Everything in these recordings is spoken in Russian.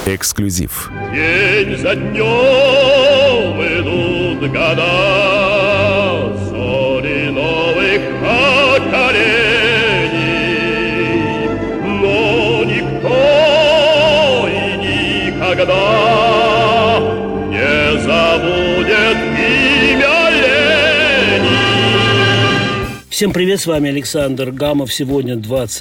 Эксклюзив. День за днем идут года, соли новых поколений, но никто и никогда не забудет имя Ленина. Всем привет, с вами Александр Гамов. Сегодня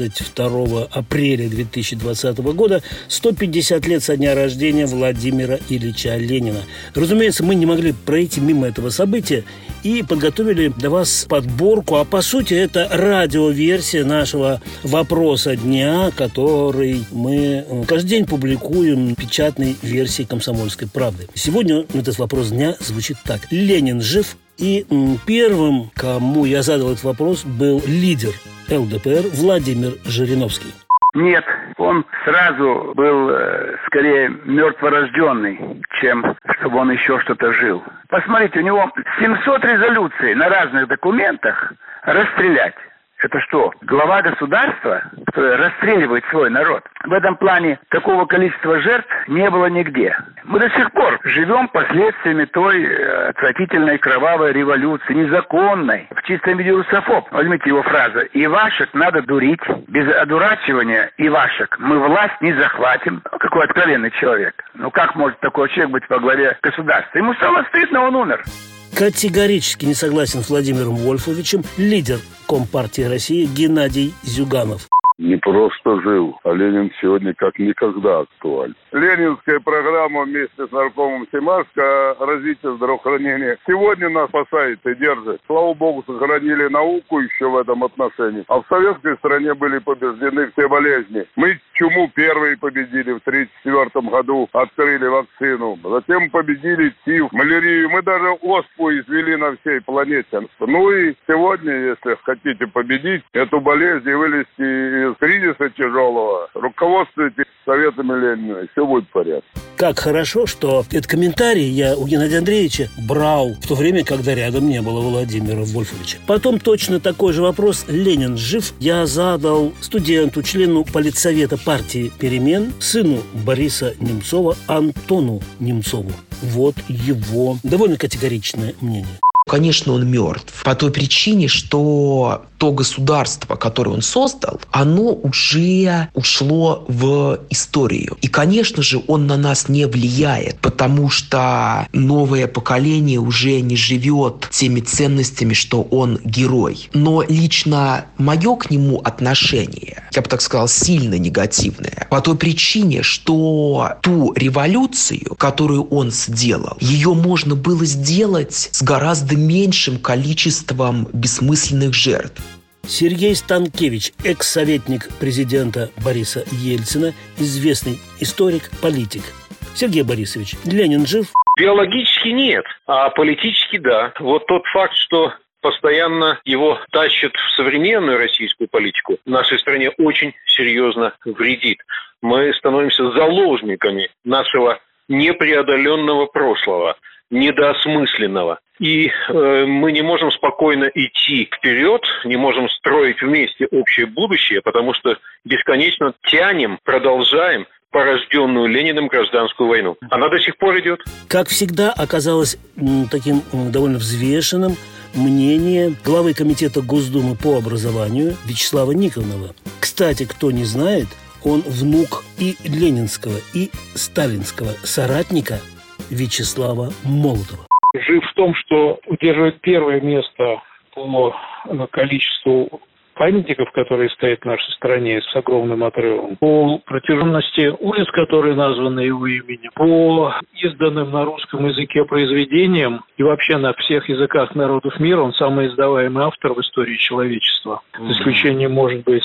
22 апреля 2020 года, 150 лет со дня рождения Владимира Ильича Ленина. Разумеется, мы не могли пройти мимо этого события и подготовили для вас подборку, а по сути это радиоверсия нашего вопроса дня, который мы каждый день публикуем в печатной версии «Комсомольской правды». Сегодня этот вопрос дня звучит так. Ленин жив? И первым, кому я задал этот вопрос, был лидер ЛДПР Владимир Жириновский. Нет, он сразу был скорее мертворожденный, чем чтобы он еще что-то жил. Посмотрите, у него 700 резолюций на разных документах расстрелять. Это что, глава государства, который расстреливает свой народ? В этом плане такого количества жертв не было нигде. Мы до сих пор живем последствиями той отвратительной кровавой революции, незаконной, в чистом виде русофоб. Возьмите его фразу: «Ивашек надо дурить, без одурачивания Ивашек мы власть не захватим». Ну, какой откровенный человек. Ну, как может такой человек быть во главе государства? Ему стало стыдно, он умер. Категорически не согласен с Владимиром Вольфовичем лидер Компартии России Геннадий Зюганов. Не просто жил, а Ленин сегодня как никогда актуален. Ленинская программа вместе с наркомом Семашко о развитии здравоохранения сегодня нас спасает и держит. Слава богу, сохранили науку еще в этом отношении. А в советской стране были побеждены все болезни. Мы чуму первые победили в 1934 году, открыли вакцину. Затем победили ТИФ, малярию. Мы даже оспу извели на всей планете. Ну и сегодня, если хотите победить эту болезнь и вылезти из кризиса тяжелого, руководствуйтесь советами Ленина, и все будет в порядке. Как хорошо, что этот комментарий я у Геннадия Андреевича брал в то время, когда рядом не было Владимира Вольфовича. Потом точно такой же вопрос: Ленин жив? Я задал студенту, члену политсовета партии «Перемен», сыну Бориса Немцова, Антону Немцову. Вот его довольно категоричное мнение. Конечно, он мертв по той причине, что то государство, которое он создал, оно уже ушло в историю. И, конечно же, он на нас не влияет, потому что новое поколение уже не живет теми ценностями, что он герой. Но лично мое к нему отношение, я бы так сказал, сильно негативное, по той причине, что ту революцию, которую он сделал, ее можно было сделать с гораздо меньшим количеством бессмысленных жертв. Сергей Станкевич, экс-советник президента Бориса Ельцина, известный историк, политик. Сергей Борисович, Ленин жив? Биологически нет, а политически да. Вот тот факт, что постоянно его тащат в современную российскую политику, нашей стране очень серьезно вредит. Мы становимся заложниками нашего непреодоленного прошлого, недоосмысленного. И мы не можем спокойно идти вперед, не можем строить вместе общее будущее, потому что бесконечно тянем, продолжаем порожденную Лениным гражданскую войну. Она до сих пор идет. Как всегда, оказалось таким довольно взвешенным мнение главы комитета Госдумы по образованию Вячеслава Никонова. Кстати, кто не знает, он внук и ленинского, и сталинского соратника Вячеслава Молотова. Жив в том, что удерживает первое место по количеству памятников, которые стоят в нашей стране с огромным отрывом, по протяженности улиц, которые названы его именем, по изданным на русском языке произведениям и вообще на всех языках народов мира он самый издаваемый автор в истории человечества. За исключением, может быть,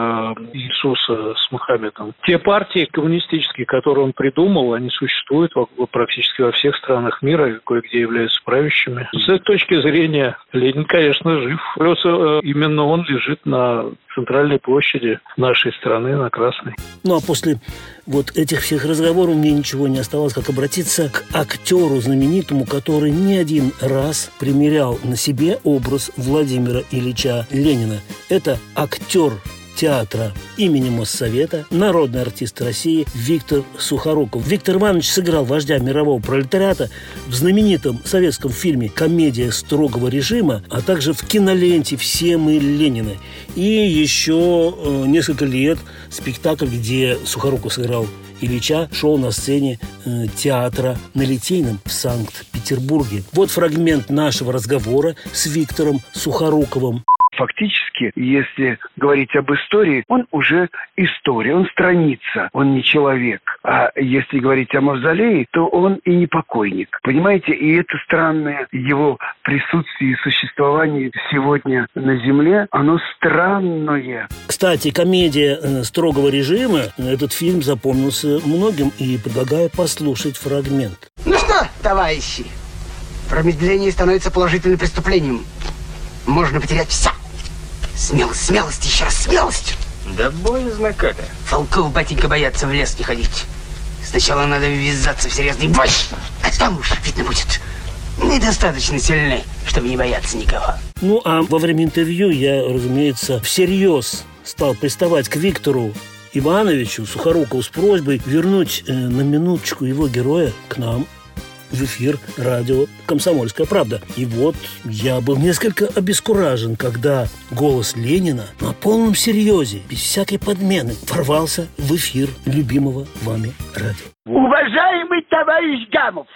Иисуса с Мухаммедом. Те партии коммунистические, которые он придумал, они существуют практически во всех странах мира и кое-где являются правящими. С этой точки зрения Ленин, конечно, жив. Плюс именно он лежит на центральной площади нашей страны, на Красной. Ну а после вот этих всех разговоров мне ничего не оставалось, как обратиться к актеру знаменитому, который не один раз примерял на себе образ Владимира Ильича Ленина. Это актер театра имени Моссовета, народный артист России Виктор Сухоруков. Виктор Иванович сыграл вождя мирового пролетариата в знаменитом советском фильме «Комедия строгого режима», а также в киноленте «Все мы Ленины». И еще несколько лет спектакль, где Сухоруков сыграл Ильича, шел на сцене театра на Литейном в Санкт-Петербурге. Вот фрагмент нашего разговора с Виктором Сухоруковым. Фактически, если говорить об истории, он уже история, он страница, он не человек. А если говорить о мавзолее, то он и не покойник. Понимаете, и это странное его присутствие и существование сегодня на земле, оно странное. Кстати, комедия строгого режима, этот фильм запомнился многим, и предлагаю послушать фрагмент. Ну что, товарищи, промедление становится положительным преступлением. Можно потерять все. Смелость, еще раз смелость. Да боязно как. Волков, батенька, боятся в лес не ходить. Сначала надо ввязаться в серьезный бой, а там уж видно будет. Мы достаточно сильны, чтобы не бояться никого. Ну, а во время интервью я, разумеется, всерьез стал приставать к Виктору Ивановичу Сухорукову с просьбой вернуть на минуточку его героя к нам в эфир радио «Комсомольская правда». И вот я был несколько обескуражен, когда голос Ленина на полном серьезе, без всякой подмены, ворвался в эфир любимого вами радио. Уважаемый товарищ Гамов,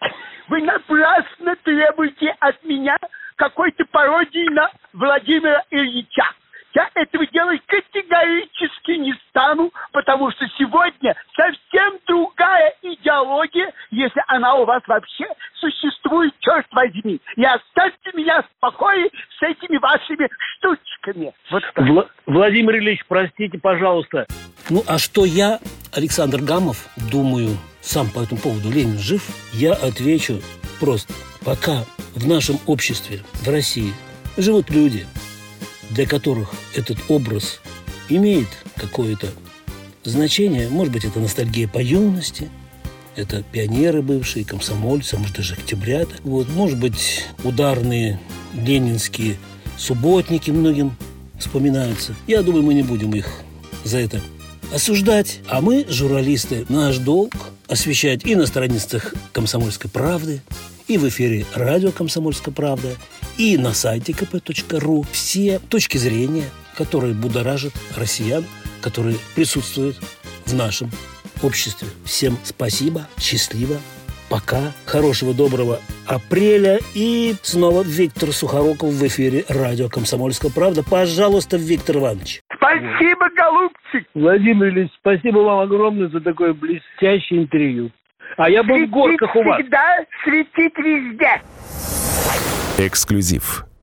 вы напрасно требуете от меня какой-то пародии на Владимира Ильича. Я этого делать категорически не стану, потому что сегодня совсем другая идеология, если она у вас вообще существует, черт возьми. И оставьте меня в покое с этими вашими штучками. Вот Владимир Ильич, простите, пожалуйста. Ну, а что я, Александр Гамов, думаю сам по этому поводу? Ленин жив? Я отвечу просто. Пока в нашем обществе, в России, живут люди, для которых этот образ имеет какое-то значение. Может быть, это ностальгия по юности, это пионеры бывшие, комсомольцы, может, даже октябрята. Вот, может быть, ударные ленинские субботники многим вспоминаются. Я думаю, мы не будем их за это осуждать. А мы, журналисты, наш долг освещать и на страницах «Комсомольской правды», и в эфире радио «Комсомольская правда», и на сайте kp.ru все точки зрения, которые будоражат россиян, которые присутствуют в нашем обществе. Всем спасибо, счастливо, пока, хорошего, доброго апреля. И снова Виктор Сухоруков в эфире радио «Комсомольская правда». Пожалуйста, Виктор Иванович. Спасибо, голубчик. Владимир Ильич, спасибо вам огромное за такое блестящее интервью. А я был в горках у вас. Всегда светить везде. Эксклюзив.